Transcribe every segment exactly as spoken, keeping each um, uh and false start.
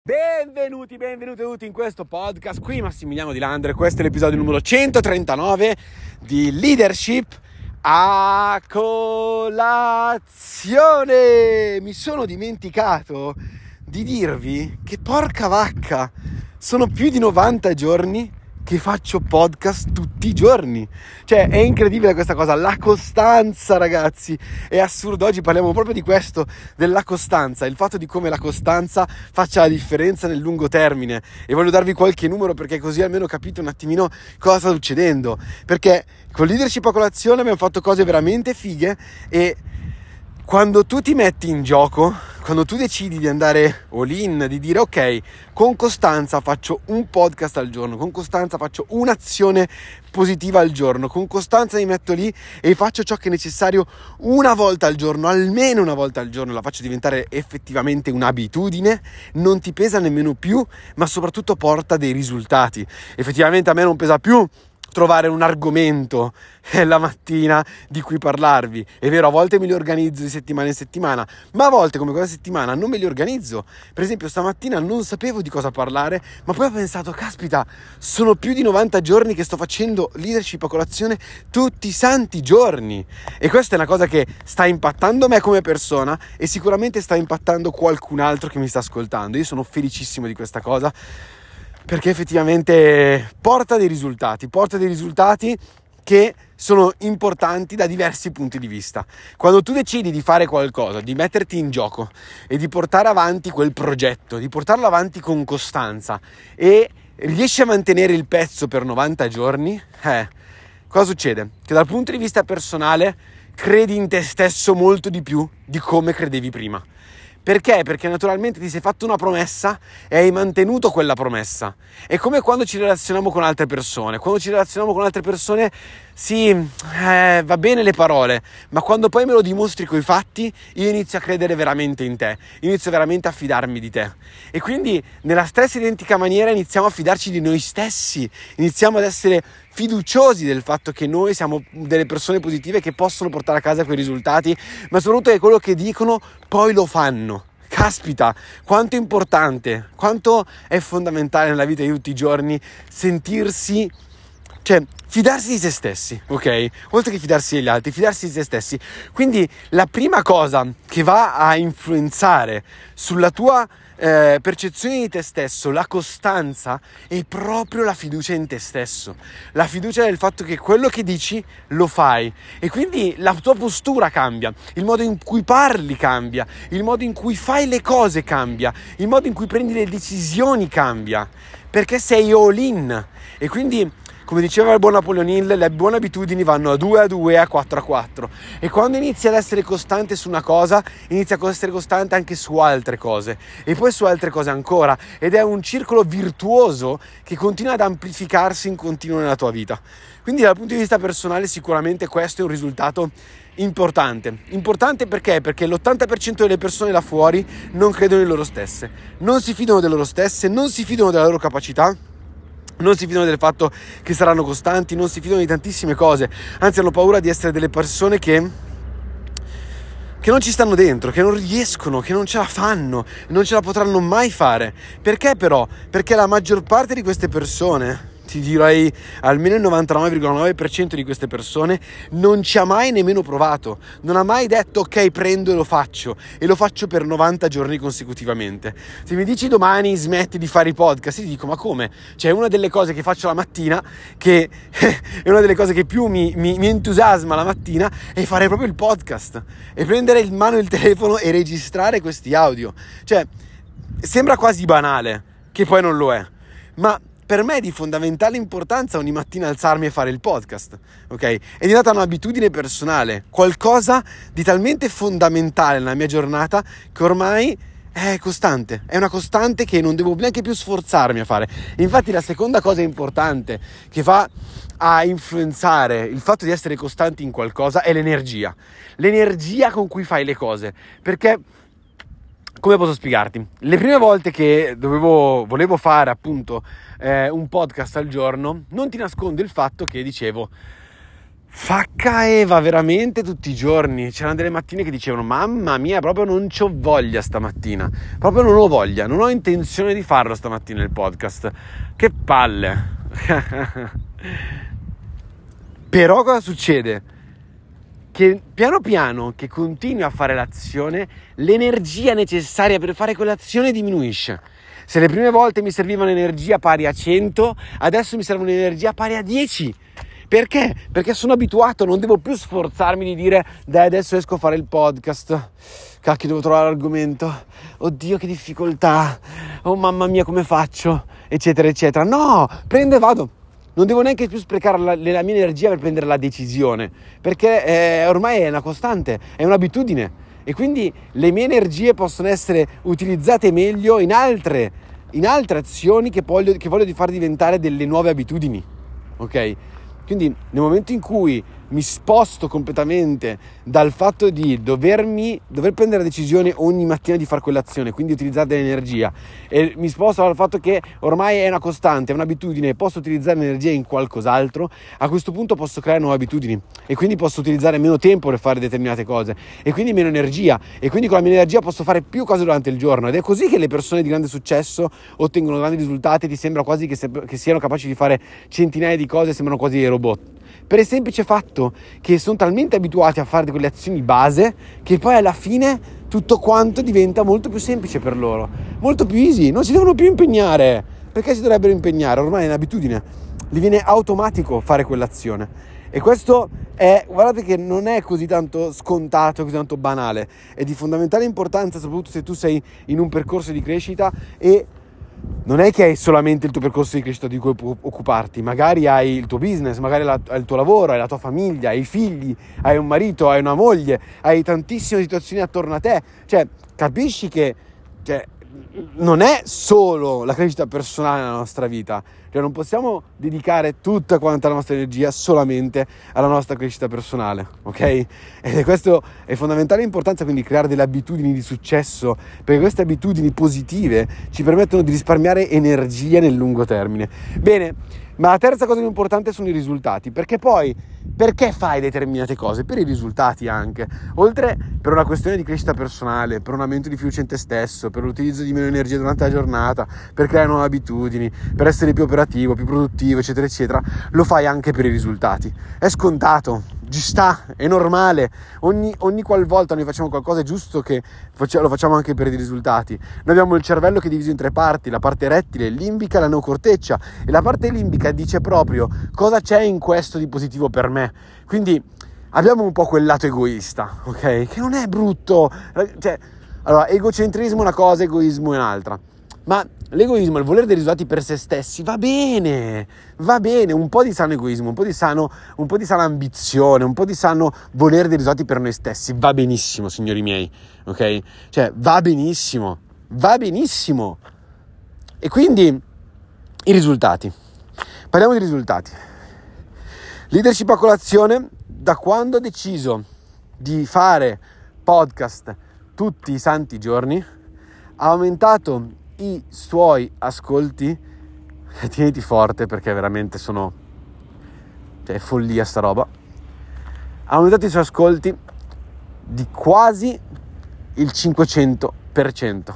Benvenuti, benvenuti in questo podcast. Qui Massimiliano Di Landre, questo è l'episodio numero centotrentanove di Leadership a colazione. Mi sono dimenticato di dirvi che porca vacca, sono più di novanta giorni che faccio podcast tutti i giorni. Cioè è incredibile questa cosa, la costanza, ragazzi, è assurdo. Oggi parliamo proprio di questo, della costanza, il fatto di come la costanza faccia la differenza nel lungo termine, e voglio darvi qualche numero perché così almeno capite un attimino cosa sta succedendo, perché con Leadership a colazione abbiamo fatto cose veramente fighe, e quando tu ti metti in gioco, quando tu decidi di andare all in, di dire ok, con costanza faccio un podcast al giorno, con costanza faccio un'azione positiva al giorno, con costanza mi metto lì e faccio ciò che è necessario una volta al giorno, almeno una volta al giorno, la faccio diventare effettivamente un'abitudine, non ti pesa nemmeno più, ma soprattutto porta dei risultati. Effettivamente a me non pesa più trovare un argomento la mattina di cui parlarvi. È vero, a volte me li organizzo di settimana in settimana, ma a volte, come questa settimana, non me li organizzo. Per esempio stamattina non sapevo di cosa parlare, ma poi ho pensato, caspita, sono più di novanta giorni che sto facendo Leadership a colazione tutti i santi giorni, e questa è una cosa che sta impattando me come persona e sicuramente sta impattando qualcun altro che mi sta ascoltando. Io sono felicissimo di questa cosa, perché effettivamente porta dei risultati, porta dei risultati che sono importanti da diversi punti di vista. Quando tu decidi di fare qualcosa, di metterti in gioco e di portare avanti quel progetto, di portarlo avanti con costanza, e riesci a mantenere il pezzo per novanta giorni, eh, cosa succede? Che dal punto di vista personale credi in te stesso molto di più di come credevi prima. Perché? Perché naturalmente ti sei fatto una promessa e hai mantenuto quella promessa. È come quando ci relazioniamo con altre persone. Quando ci relazioniamo con altre persone, sì, eh, va bene le parole, ma quando poi me lo dimostri coi fatti, io inizio a credere veramente in te, inizio veramente a fidarmi di te. E quindi nella stessa identica maniera iniziamo a fidarci di noi stessi, iniziamo ad essere fiduciosi del fatto che noi siamo delle persone positive che possono portare a casa quei risultati, ma soprattutto che quello che dicono poi lo fanno. Caspita, quanto è importante, quanto è fondamentale nella vita di tutti i giorni sentirsi, cioè fidarsi di se stessi, ok? Oltre che fidarsi degli altri, fidarsi di se stessi. Quindi la prima cosa che va a influenzare sulla tua eh, percezione di te stesso, la costanza, è proprio la fiducia in te stesso, la fiducia del fatto che quello che dici lo fai, e quindi la tua postura cambia, il modo in cui parli cambia, il modo in cui fai le cose cambia, il modo in cui prendi le decisioni cambia, perché sei all in. E quindi, come diceva il buon Napoleon Hill, le buone abitudini vanno a due a due, a quattro a quattro. E quando inizi ad essere costante su una cosa, inizi a essere costante anche su altre cose, e poi su altre cose ancora. Ed è un circolo virtuoso che continua ad amplificarsi in continuo nella tua vita. Quindi dal punto di vista personale sicuramente questo è un risultato importante. Importante perché? Perché l'ottanta per cento delle persone là fuori non credono in loro stesse, non si fidano delle loro stesse, non si fidano della loro capacità, non si fidano del fatto che saranno costanti, non si fidano di tantissime cose, anzi hanno paura di essere delle persone che che non ci stanno dentro, che non riescono, che non ce la fanno, non ce la potranno mai fare. Perché però? Perché la maggior parte di queste persone, ti direi almeno il novantanove virgola nove per cento di queste persone, non ci ha mai nemmeno provato, non ha mai detto ok, prendo e lo faccio, e lo faccio per novanta giorni consecutivamente. Se mi dici domani smetti di fare i podcast, io ti dico ma come? Cioè, una delle cose che faccio la mattina, che è una delle cose che più mi, mi, mi entusiasma la mattina, è fare proprio il podcast e prendere in mano il telefono e registrare questi audio. Cioè, sembra quasi banale, che poi non lo è, ma per me è di fondamentale importanza ogni mattina alzarmi e fare il podcast, ok? È diventata un'abitudine personale, qualcosa di talmente fondamentale nella mia giornata che ormai è costante, è una costante che non devo neanche più sforzarmi a fare. Infatti la seconda cosa importante che va a influenzare il fatto di essere costanti in qualcosa è l'energia, l'energia con cui fai le cose, perché come posso spiegarti? Le prime volte che dovevo, volevo fare appunto eh, un podcast al giorno, non ti nascondo il fatto che dicevo Facca Eva veramente tutti i giorni. C'erano delle mattine che dicevano: mamma mia, proprio non c'ho voglia stamattina, proprio non ho voglia, non ho intenzione di farlo stamattina il podcast, che palle. Però cosa succede? Che piano piano che continui a fare l'azione, l'energia necessaria per fare quell'azione diminuisce. Se le prime volte mi serviva un'energia pari a cento, adesso mi serve un'energia pari a dieci. Perché? Perché sono abituato, non devo più sforzarmi di dire: dai, adesso esco a fare il podcast, cacchio, devo trovare l'argomento, oddio che difficoltà, oh mamma mia come faccio, eccetera eccetera. No, prendo e vado. Non devo neanche più sprecare la, la mia energia per prendere la decisione, perché eh, ormai è una costante, è un'abitudine, e quindi le mie energie possono essere utilizzate meglio in altre, in altre azioni che voglio, che voglio far diventare delle nuove abitudini, ok? Quindi nel momento in cui mi sposto completamente dal fatto di dovermi, dover prendere la decisione ogni mattina di fare quell'azione, quindi utilizzare dell'energia, e mi sposto dal fatto che ormai è una costante, è un'abitudine, posso utilizzare l'energia in qualcos'altro, a questo punto posso creare nuove abitudini e quindi posso utilizzare meno tempo per fare determinate cose e quindi meno energia, e quindi con la mia energia posso fare più cose durante il giorno. Ed è così che le persone di grande successo ottengono grandi risultati, ti sembra quasi che, se, che siano capaci di fare centinaia di cose, sembrano quasi dei robot, per il semplice fatto che sono talmente abituati a fare quelle azioni base che poi alla fine tutto quanto diventa molto più semplice per loro, molto più easy, non si devono più impegnare. Perché si dovrebbero impegnare? Ormai è un'abitudine, gli viene automatico fare quell'azione, e questo è, guardate che non è così tanto scontato, così tanto banale, è di fondamentale importanza, soprattutto se tu sei in un percorso di crescita e non è che hai solamente il tuo percorso di crescita di cui puoi occuparti, magari hai il tuo business, magari hai il tuo lavoro, hai la tua famiglia, hai i figli, hai un marito, hai una moglie, hai tantissime situazioni attorno a te. Cioè, capisci che cioè, non è solo la crescita personale nella nostra vita, cioè non possiamo dedicare tutta quanta la nostra energia solamente alla nostra crescita personale, ok? E questo è fondamentale importanza, quindi creare delle abitudini di successo, perché queste abitudini positive ci permettono di risparmiare energia nel lungo termine. Bene, ma la terza cosa più importante sono i risultati, perché poi perché fai determinate cose? Per i risultati anche, oltre per una questione di crescita personale, per un aumento di fiducia in te stesso, per l'utilizzo di meno energia durante la giornata, per creare nuove abitudini, per essere più operativo, più produttivo, eccetera eccetera. Lo fai anche per i risultati, è scontato, ci sta, è normale. Ogni, ogni qualvolta noi facciamo qualcosa è giusto che lo facciamo anche per i risultati. Noi abbiamo il cervello che è diviso in tre parti: la parte rettile, limbica e la neocorteccia, e la parte limbica dice proprio cosa c'è in questo di positivo per me. Quindi abbiamo un po' quel lato egoista, ok? Che non è brutto, cioè, allora, egocentrismo è una cosa, egoismo è un'altra. Ma l'egoismo, il volere dei risultati per se stessi, va bene, va bene, un po' di sano egoismo, un po' di sano, un po' di sana ambizione, un po' di sano volere dei risultati per noi stessi, va benissimo, signori miei, ok? Cioè, va benissimo, va benissimo. E quindi, i risultati. Parliamo di risultati. Leadership a colazione, da quando ho deciso di fare podcast tutti i santi giorni, ha aumentato i suoi ascolti, tieniti forte perché veramente sono, cioè è follia sta roba, ha aumentato i suoi ascolti di quasi il cinquecento per cento.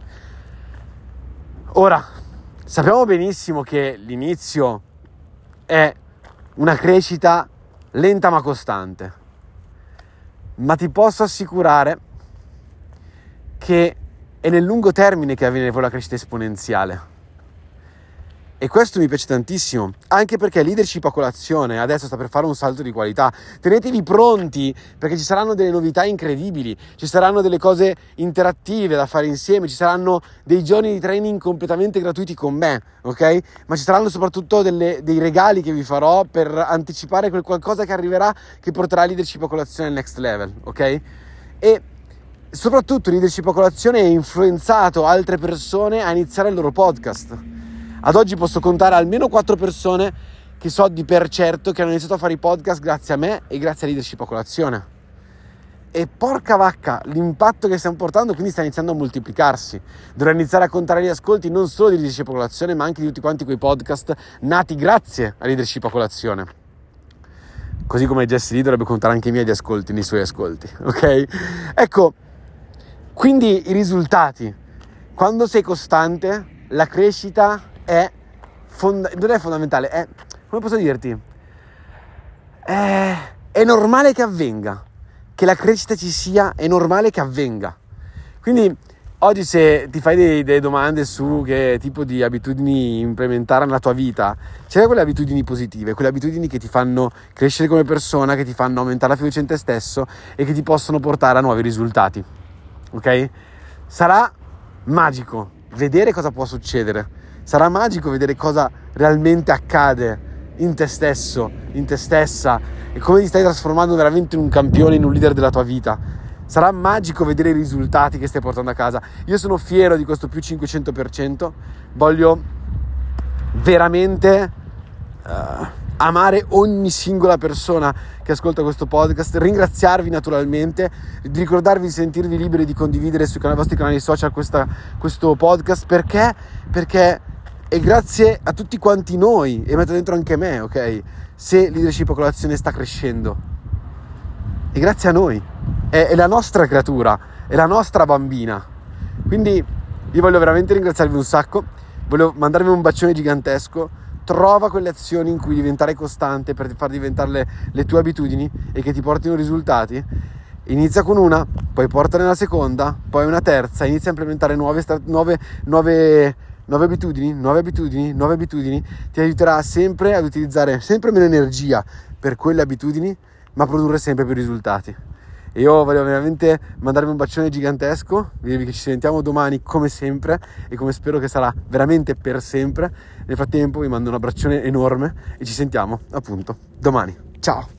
Ora, sappiamo benissimo che l'inizio è una crescita lenta ma costante, ma ti posso assicurare che è nel lungo termine che avviene poi la crescita esponenziale, e questo mi piace tantissimo, anche perché Leadership a colazione adesso sta per fare un salto di qualità. Tenetevi pronti, perché ci saranno delle novità incredibili, ci saranno delle cose interattive da fare insieme, ci saranno dei giorni di training completamente gratuiti con me, ok? Ma ci saranno soprattutto delle, dei regali che vi farò per anticipare quel qualcosa che arriverà, che porterà Leadership a colazione al next level, ok? E soprattutto Leadership a colazione ha influenzato altre persone a iniziare il loro podcast. Ad oggi posso contare almeno quattro persone che so di per certo che hanno iniziato a fare i podcast grazie a me e grazie a Leadership a colazione. E porca vacca, l'impatto che stiamo portando quindi sta iniziando a moltiplicarsi. Dovrei iniziare a contare gli ascolti non solo di Leadership a colazione, ma anche di tutti quanti quei podcast nati grazie a Leadership a colazione. così come Jesse Lee dovrebbe contare anche i miei ascolti nei suoi ascolti, ok? Ecco, quindi i risultati, quando sei costante, la crescita è fonda- non è fondamentale, è, come posso dirti, è, è normale che avvenga, che la crescita ci sia, è normale che avvenga. Quindi oggi, se ti fai dei, delle domande su che tipo di abitudini implementare nella tua vita, c'è quelle abitudini positive, quelle abitudini che ti fanno crescere come persona, che ti fanno aumentare la fiducia in te stesso e che ti possono portare a nuovi risultati, ok? Sarà magico vedere cosa può succedere, sarà magico vedere cosa realmente accade in te stesso, in te stessa, e come ti stai trasformando veramente in un campione, in un leader della tua vita. Sarà magico vedere i risultati che stai portando a casa. Io sono fiero di questo più cinquecento per cento. Voglio veramente uh, amare ogni singola persona che ascolta questo podcast, ringraziarvi naturalmente, ricordarvi di sentirvi liberi di condividere sui canali, vostri canali social questa, questo podcast, perché? Perché è grazie a tutti quanti noi, e metto dentro anche me, ok? Se Leadership a Colazione sta crescendo, è grazie a noi, è, è la nostra creatura, è la nostra bambina. Quindi io voglio veramente ringraziarvi un sacco, voglio mandarvi un bacione gigantesco. Trova quelle azioni in cui diventare costante per far diventare le, le tue abitudini e che ti portino risultati. Inizia con una, poi portane la seconda, poi una terza, inizia a implementare nuove, nuove, nuove, nuove abitudini, nuove abitudini, nuove abitudini. Ti aiuterà sempre ad utilizzare sempre meno energia per quelle abitudini, ma produrre sempre più risultati. E io voglio veramente mandarvi un bacione gigantesco, dirvi che ci sentiamo domani come sempre e come spero che sarà veramente per sempre. Nel frattempo vi mando un abbraccione enorme e ci sentiamo appunto domani. Ciao!